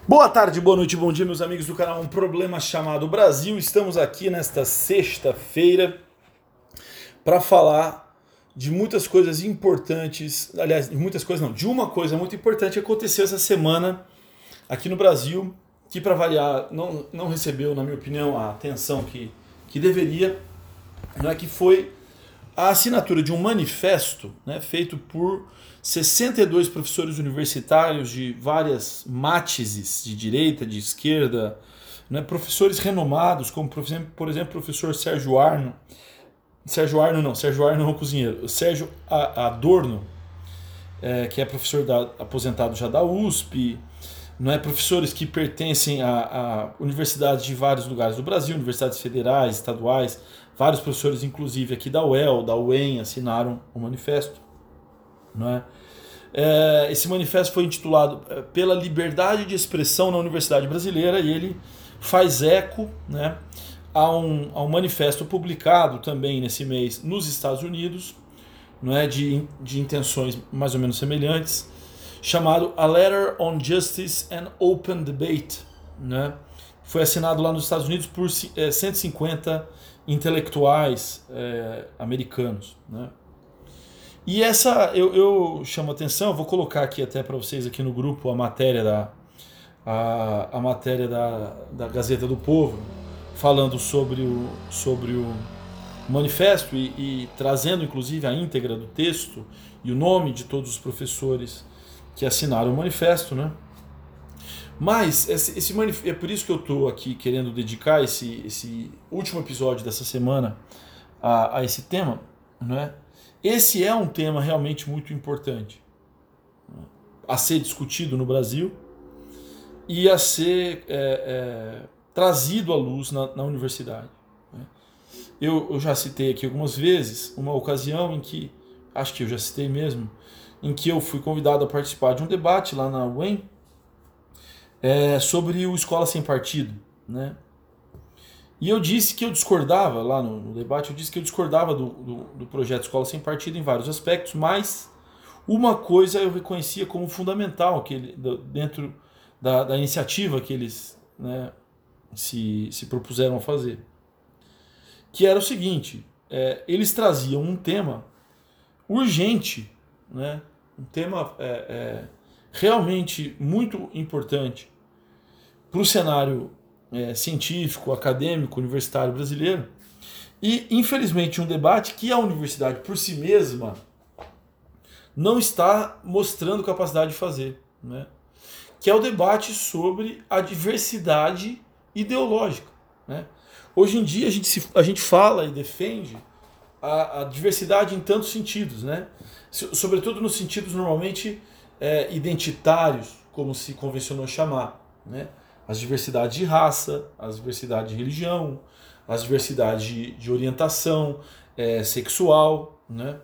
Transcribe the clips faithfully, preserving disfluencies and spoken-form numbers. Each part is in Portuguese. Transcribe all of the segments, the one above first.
Boa tarde, boa noite, bom dia, meus amigos do canal Um Problema Chamado Brasil. Estamos aqui nesta sexta-feira para falar de muitas coisas importantes. Aliás, de muitas coisas não, de uma coisa muito importante que aconteceu essa semana aqui no Brasil, que, para variar, não, não recebeu, na minha opinião, a atenção que, que deveria, não é que foi a assinatura de um manifesto, né, feito por sessenta e dois professores universitários de várias mátises, de direita, de esquerda, né, professores renomados, como por exemplo, por exemplo o professor Sérgio Arno, Sérgio Arno não, Sérgio Arno não é o cozinheiro, o Sérgio Adorno, é, que é professor da, aposentado já da U S P, não é, professores que pertencem a, a universidades de vários lugares do Brasil, universidades federais, estaduais, vários professores, inclusive aqui da U E L, da U E M, assinaram o manifesto. Não é? É, esse manifesto foi intitulado Pela Liberdade de Expressão na Universidade Brasileira e ele faz eco, né, a, um, a um manifesto publicado também nesse mês nos Estados Unidos, não é, de, de intenções mais ou menos semelhantes, chamado A Letter on Justice and Open Debate, né? Foi assinado lá nos Estados Unidos por é, cento e cinquenta intelectuais é, americanos, né? E essa, eu, eu chamo a atenção, eu vou colocar aqui até para vocês aqui no grupo a matéria da, a, a matéria da, da Gazeta do Povo, falando sobre o, sobre o manifesto e, e trazendo inclusive a íntegra do texto e o nome de todos os professores que assinaram o manifesto, né? Mas esse, esse manif- é por isso que eu estou aqui querendo dedicar esse, esse último episódio dessa semana a, a esse tema, né? Esse é um tema realmente muito importante, né, a ser discutido no Brasil e a ser é, é, trazido à luz na, na universidade, né? Eu, eu já citei aqui algumas vezes uma ocasião em que, acho que eu já citei mesmo, em que eu fui convidado a participar de um debate lá na U E M é, sobre o Escola Sem Partido, né? E eu disse que eu discordava, lá no, no debate, eu disse que eu discordava do, do, do projeto Escola Sem Partido em vários aspectos, mas uma coisa eu reconhecia como fundamental que ele, dentro da, da iniciativa que eles, né, se, se propuseram a fazer, que era o seguinte, é, eles traziam um tema urgente, né, um tema é, é, realmente muito importante para o cenário é, científico, acadêmico, universitário brasileiro, e infelizmente um debate que a universidade por si mesma não está mostrando capacidade de fazer, né? Que é o debate sobre a diversidade ideológica, né? Hoje em dia a gente, se, a gente fala e defende a, a diversidade em tantos sentidos, né? Sobretudo nos sentidos normalmente é, identitários, como se convencionou chamar, né? As diversidades de raça, as diversidades de religião, as diversidades de, de orientação é, sexual, né?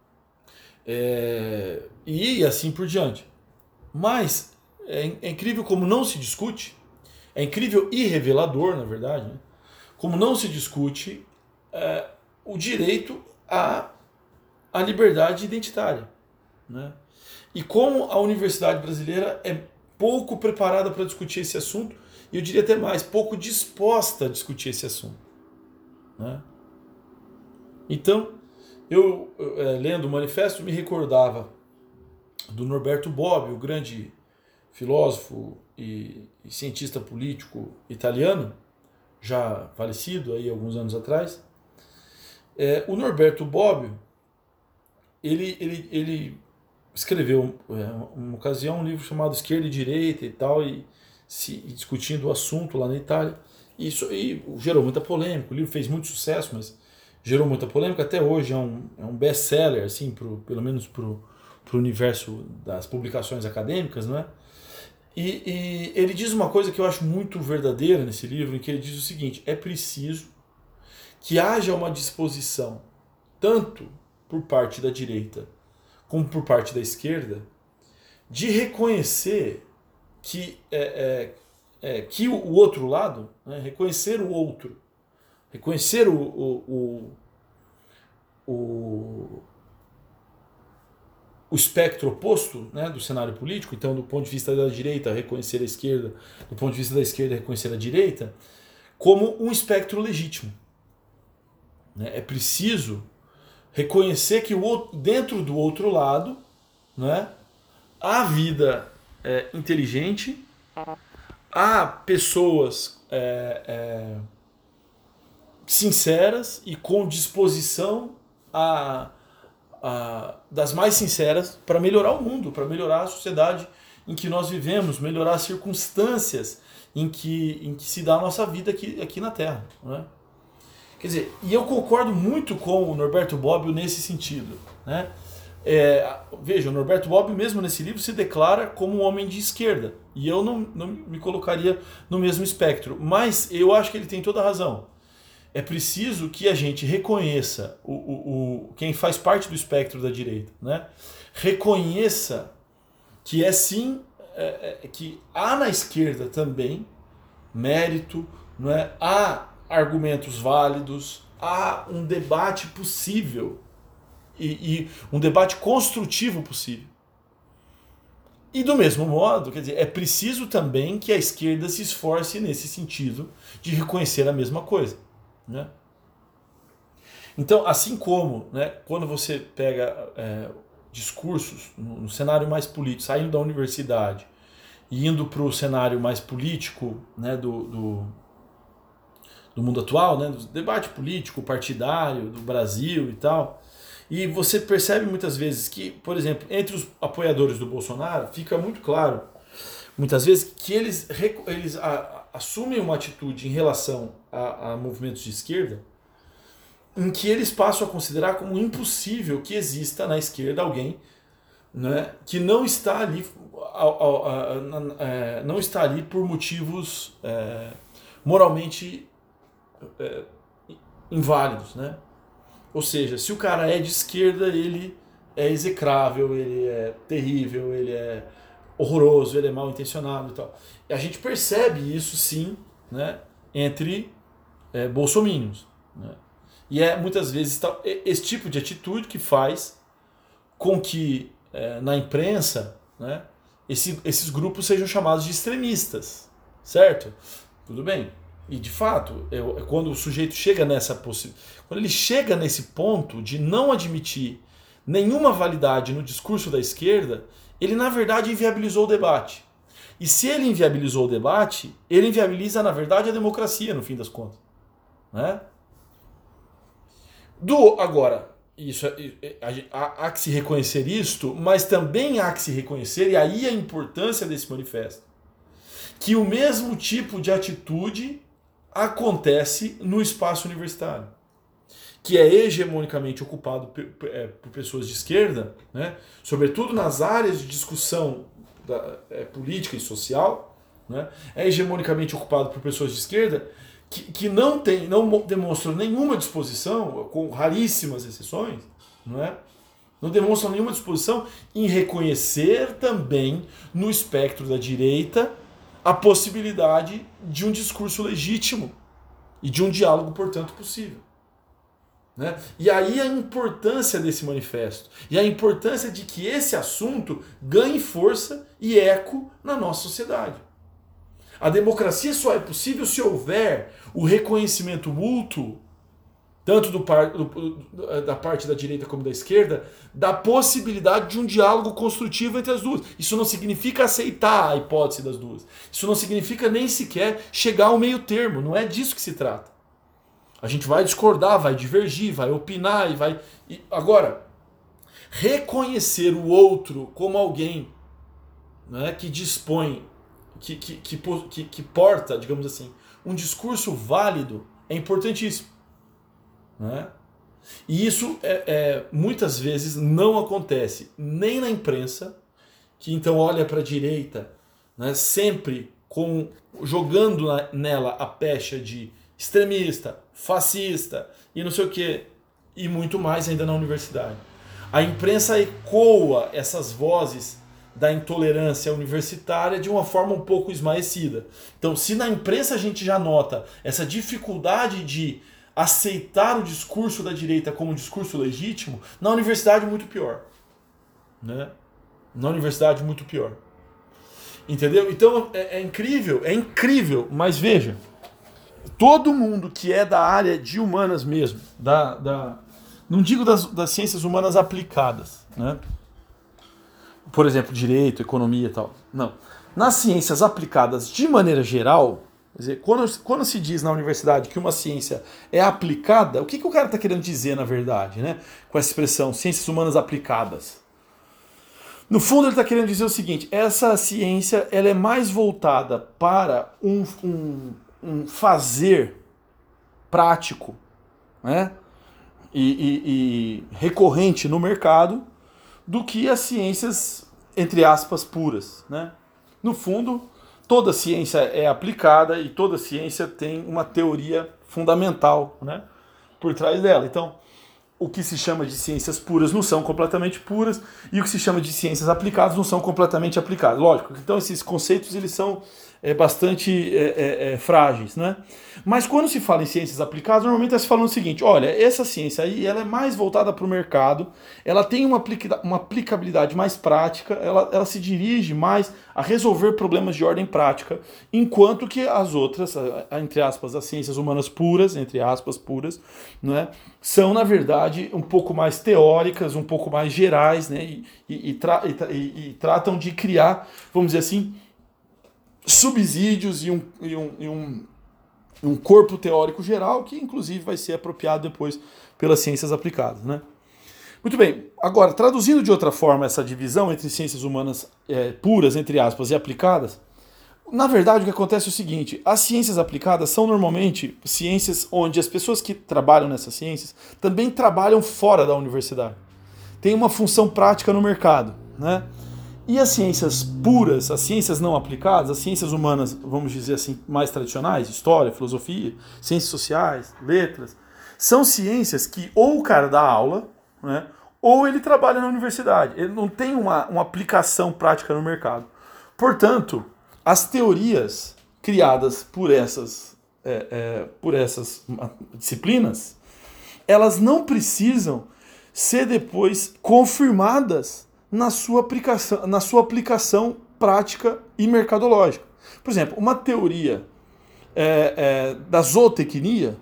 É, e assim por diante. Mas é, é incrível como não se discute, é incrível e revelador, na verdade, né? Como não se discute é, o direito à, à liberdade identitária, né? E como a universidade brasileira é pouco preparada para discutir esse assunto, e eu diria até mais, pouco disposta a discutir esse assunto, né? Então, eu, é, lendo o manifesto, me recordava do Norberto Bobbio, o grande filósofo e, e cientista político italiano, já falecido aí alguns anos atrás. É, o Norberto Bobbio, ele, ele, ele escreveu, é, uma ocasião, um livro chamado Esquerda e Direita e tal, e, se, e discutindo o assunto lá na Itália. E isso e gerou muita polêmica. O livro fez muito sucesso, mas gerou muita polêmica. Até hoje é um, é um best-seller, assim, pro, pelo menos para o universo das publicações acadêmicas, não é? E, e ele diz uma coisa que eu acho muito verdadeira nesse livro, em que ele diz o seguinte: é preciso que haja uma disposição, tanto por parte da direita como por parte da esquerda, de reconhecer que, é, é, é, que o outro lado, né, reconhecer o outro, reconhecer o, o, o, o, o espectro oposto, né, do cenário político, então do ponto de vista da direita reconhecer a esquerda, do ponto de vista da esquerda reconhecer a direita, como um espectro legítimo. É preciso reconhecer que o, dentro do outro lado, né, há vida é, inteligente, há pessoas é, é, sinceras e com disposição a, a, das mais sinceras para melhorar o mundo, para melhorar a sociedade em que nós vivemos, melhorar as circunstâncias em que, em que se dá a nossa vida aqui, aqui na Terra. Né? Quer dizer, e eu concordo muito com o Norberto Bobbio nesse sentido. Né? É, veja, o Norberto Bobbio mesmo nesse livro se declara como um homem de esquerda. E eu não, não me colocaria no mesmo espectro. Mas eu acho que ele tem toda a razão. É preciso que a gente reconheça o, o, o, quem faz parte do espectro da direita. Né? Reconheça que é sim, é, é, que há na esquerda também mérito, não é? Há argumentos válidos, há um debate possível e, e um debate construtivo possível. E do mesmo modo, quer dizer, é preciso também que a esquerda se esforce nesse sentido de reconhecer a mesma coisa. Né? Então, assim como, né, quando você pega é, discursos no, no cenário mais político, saindo da universidade e indo para o cenário mais político, né, do, do, do mundo atual, né, do debate político, partidário do Brasil e tal, e você percebe muitas vezes que, por exemplo, entre os apoiadores do Bolsonaro, fica muito claro, muitas vezes, que eles, eles a, a, assumem uma atitude em relação a, a movimentos de esquerda em que eles passam a considerar como impossível que exista na esquerda alguém, né, que não está ali, a, a, a, a, não está ali por motivos é, moralmente é, inválidos, né? Ou seja, se o cara é de esquerda, ele é execrável, ele é terrível, ele é horroroso, ele é mal intencionado e tal. E a gente percebe isso sim, né, entre é, bolsominions, né? E é muitas vezes esse tipo de atitude que faz com que é, na imprensa, né, esse, esses grupos sejam chamados de extremistas, certo? Tudo bem. E de fato, eu, quando o sujeito chega nessa possibilidade, quando ele chega nesse ponto de não admitir nenhuma validade no discurso da esquerda, ele na verdade inviabilizou o debate. E se ele inviabilizou o debate, ele inviabiliza na verdade a democracia no fim das contas, né? Do, agora, isso, há, há que se reconhecer isto, mas também há que se reconhecer, e aí a importância desse manifesto, que o mesmo tipo de atitude acontece no espaço universitário, que é hegemonicamente ocupado por pessoas de esquerda, né, sobretudo nas áreas de discussão da, é, política e social, né, é hegemonicamente ocupado por pessoas de esquerda que, que não, tem, não demonstram nenhuma disposição, com raríssimas exceções, não é? Não demonstram nenhuma disposição em reconhecer também no espectro da direita a possibilidade de um discurso legítimo e de um diálogo, portanto, possível. Né? E aí a importância desse manifesto e a importância de que esse assunto ganhe força e eco na nossa sociedade. A democracia só é possível se houver o reconhecimento mútuo, tanto do par, do, da parte da direita como da esquerda, da possibilidade de um diálogo construtivo entre as duas. Isso não significa aceitar a hipótese das duas. Isso não significa nem sequer chegar ao meio termo. Não é disso que se trata. A gente vai discordar, vai divergir, vai opinar e vai... E agora, reconhecer o outro como alguém, né, que dispõe, que, que, que, que, que porta, digamos assim, um discurso válido é importantíssimo. Né? E isso é, é, muitas vezes não acontece nem na imprensa, que então olha para a direita, né, sempre com, jogando na, nela a pecha de extremista, fascista e não sei o que, e muito mais ainda na universidade. A imprensa ecoa essas vozes da intolerância universitária de uma forma um pouco esmaecida. Então, se na imprensa a gente já nota essa dificuldade de aceitar o discurso da direita como um discurso legítimo, na universidade muito pior. né? Na universidade, muito pior. Entendeu? Então é, é incrível, é incrível, mas veja, todo mundo que é da área de humanas mesmo, da, da, não digo das, das ciências humanas aplicadas, né? Por exemplo, direito, economia e tal. Não. Nas ciências aplicadas de maneira geral, quer dizer, quando, quando se diz na universidade que uma ciência é aplicada, o que, que o cara está querendo dizer na verdade, né? Com essa expressão, ciências humanas aplicadas? No fundo ele está querendo dizer o seguinte, essa ciência ela é mais voltada para um, um, um fazer prático, né? e, e, e recorrente no mercado do que as ciências, entre aspas, puras, né? No fundo, toda ciência é aplicada e toda ciência tem uma teoria fundamental, né, por trás dela. Então, o que se chama de ciências puras não são completamente puras e o que se chama de ciências aplicadas não são completamente aplicadas. Lógico, então esses conceitos eles são é, bastante é, é, é, frágeis, né? Mas quando se fala em ciências aplicadas, normalmente está se falando o seguinte, olha, essa ciência aí ela é mais voltada para o mercado, ela tem uma, aplica uma aplicabilidade mais prática, ela, ela se dirige mais a resolver problemas de ordem prática, enquanto que as outras, entre aspas, as ciências humanas puras, entre aspas, puras, né, são, na verdade, um pouco mais teóricas, um pouco mais gerais, né, e, e, e, tra e, e tratam de criar, vamos dizer assim, subsídios e um, e um, e um, um corpo teórico geral que, inclusive, vai ser apropriado depois pelas ciências aplicadas, né? Muito bem, agora, traduzindo de outra forma essa divisão entre ciências humanas é, puras, entre aspas, e aplicadas, na verdade o que acontece é o seguinte, as ciências aplicadas são normalmente ciências onde as pessoas que trabalham nessas ciências também trabalham fora da universidade. Tem uma função prática no mercado, né? E as ciências puras, as ciências não aplicadas, as ciências humanas, vamos dizer assim, mais tradicionais, história, filosofia, ciências sociais, letras, são ciências que ou o cara dá aula, né, ou ele trabalha na universidade. Ele não tem uma, uma aplicação prática no mercado. Portanto, as teorias criadas por essas, é, é, por essas disciplinas, elas não precisam ser depois confirmadas na sua aplicação, na sua aplicação prática e mercadológica. Por exemplo, uma teoria é, é, da zootecnia,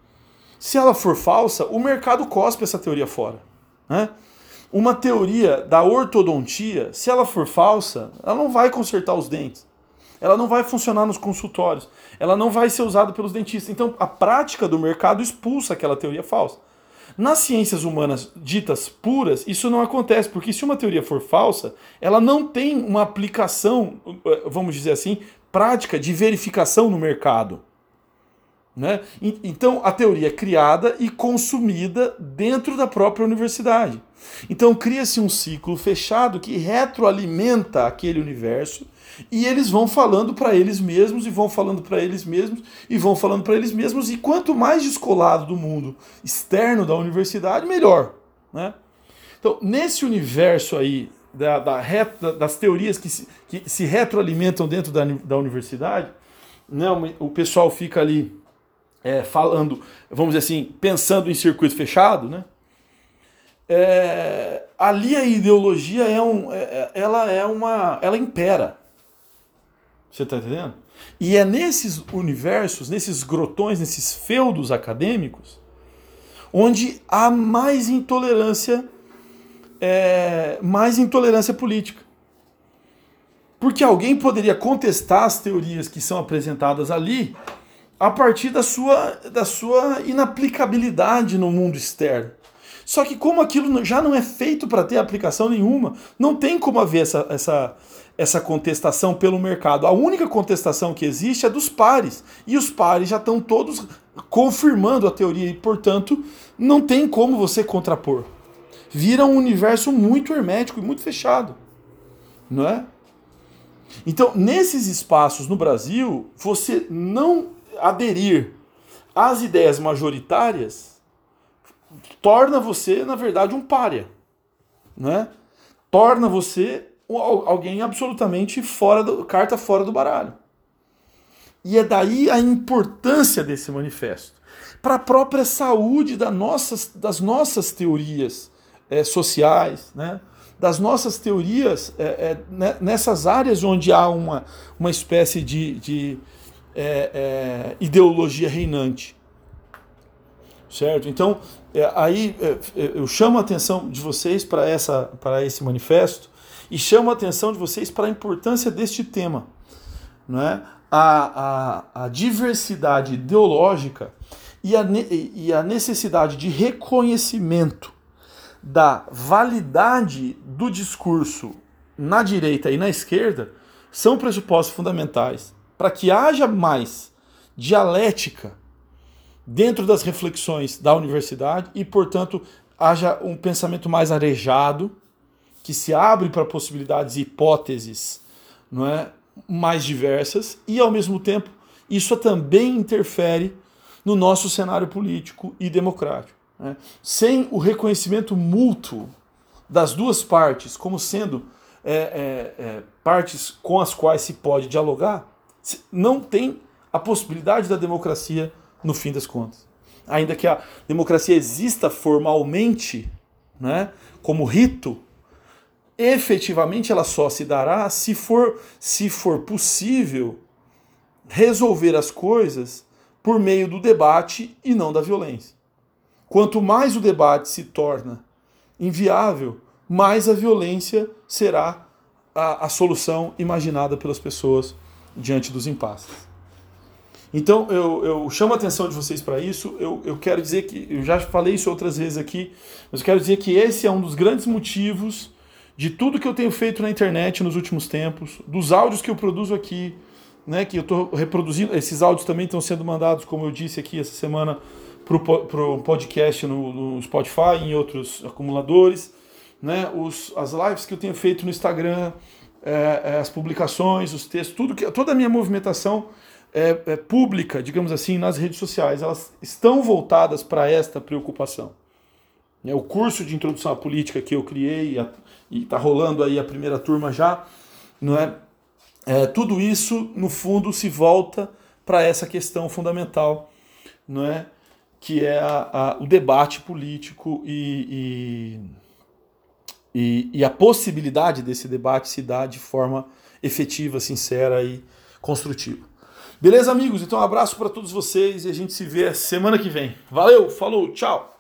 se ela for falsa, o mercado cospe essa teoria fora, né? Uma teoria da ortodontia, se ela for falsa, ela não vai consertar os dentes. Ela não vai funcionar nos consultórios. Ela não vai ser usada pelos dentistas. Então, a prática do mercado expulsa aquela teoria falsa. Nas ciências humanas ditas puras, isso não acontece, porque se uma teoria for falsa, ela não tem uma aplicação, vamos dizer assim, prática de verificação no mercado, né? Então a teoria é criada e consumida dentro da própria universidade. Então cria-se um ciclo fechado que retroalimenta aquele universo e eles vão falando para eles mesmos e vão falando para eles mesmos e vão falando para eles mesmos, e quanto mais descolado do mundo externo da universidade, melhor, né? Então nesse universo aí da, da, das teorias que se, que se retroalimentam dentro da, da universidade, né, o pessoal fica ali É, falando, vamos dizer assim, pensando em circuito fechado, né? É, ali a ideologia é um, é, ela é uma, ela impera. Você está entendendo? E é nesses universos, nesses grotões, nesses feudos acadêmicos, onde há mais intolerância, é, mais intolerância política. Porque alguém poderia contestar as teorias que são apresentadas ali a partir da sua, da sua inaplicabilidade no mundo externo. Só que como aquilo já não é feito para ter aplicação nenhuma, não tem como haver essa, essa, essa contestação pelo mercado. A única contestação que existe é dos pares. E os pares já estão todos confirmando a teoria e, portanto, não tem como você contrapor. Vira um universo muito hermético e muito fechado, não é? Então, nesses espaços no Brasil, você não aderir às ideias majoritárias torna você, na verdade, um pária, né? Torna você alguém absolutamente fora do, carta fora do baralho. E é daí a importância desse manifesto para a própria saúde das nossas, das nossas teorias é, sociais, né? das nossas teorias é, é, nessas áreas onde há uma, uma espécie de, de é, é, ideologia reinante. Certo? Então, é, aí é, eu chamo a atenção de vocês para essa, para esse manifesto e chamo a atenção de vocês para a importância deste tema. Não é? a, a, a diversidade ideológica e a, e a necessidade de reconhecimento da validade do discurso na direita e na esquerda são pressupostos fundamentais para que haja mais dialética dentro das reflexões da universidade e, portanto, haja um pensamento mais arejado, que se abre para possibilidades e hipóteses, não é, mais diversas, e, ao mesmo tempo, isso também interfere no nosso cenário político e democrático. Né? Sem o reconhecimento mútuo das duas partes como sendo é, é, é, partes com as quais se pode dialogar, não tem a possibilidade da democracia no fim das contas. Ainda que a democracia exista formalmente, né, como rito, efetivamente ela só se dará se for, se for possível resolver as coisas por meio do debate e não da violência. Quanto mais o debate se torna inviável, mais a violência será a, a solução imaginada pelas pessoas diante dos impasses. Então, eu, eu chamo a atenção de vocês para isso. Eu, eu quero dizer que, eu já falei isso outras vezes aqui, mas eu quero dizer que esse é um dos grandes motivos de tudo que eu tenho feito na internet nos últimos tempos, dos áudios que eu produzo aqui, né, que eu estou reproduzindo. Esses áudios também estão sendo mandados, como eu disse aqui essa semana, para o podcast no, no Spotify e em outros acumuladores. Né, os, as lives que eu tenho feito no Instagram, é, é, as publicações, os textos, tudo que, toda a minha movimentação É, é, pública, digamos assim, nas redes sociais, elas estão voltadas para esta preocupação. É, o curso de introdução à política que eu criei, e está rolando aí a primeira turma já, não é? É, tudo isso, no fundo, se volta para essa questão fundamental, não é? Que é a, a, o debate político e, e, e, e a possibilidade desse debate se dar de forma efetiva, sincera e construtiva. Beleza, amigos? Então um abraço para todos vocês e a gente se vê semana que vem. Valeu, falou, tchau!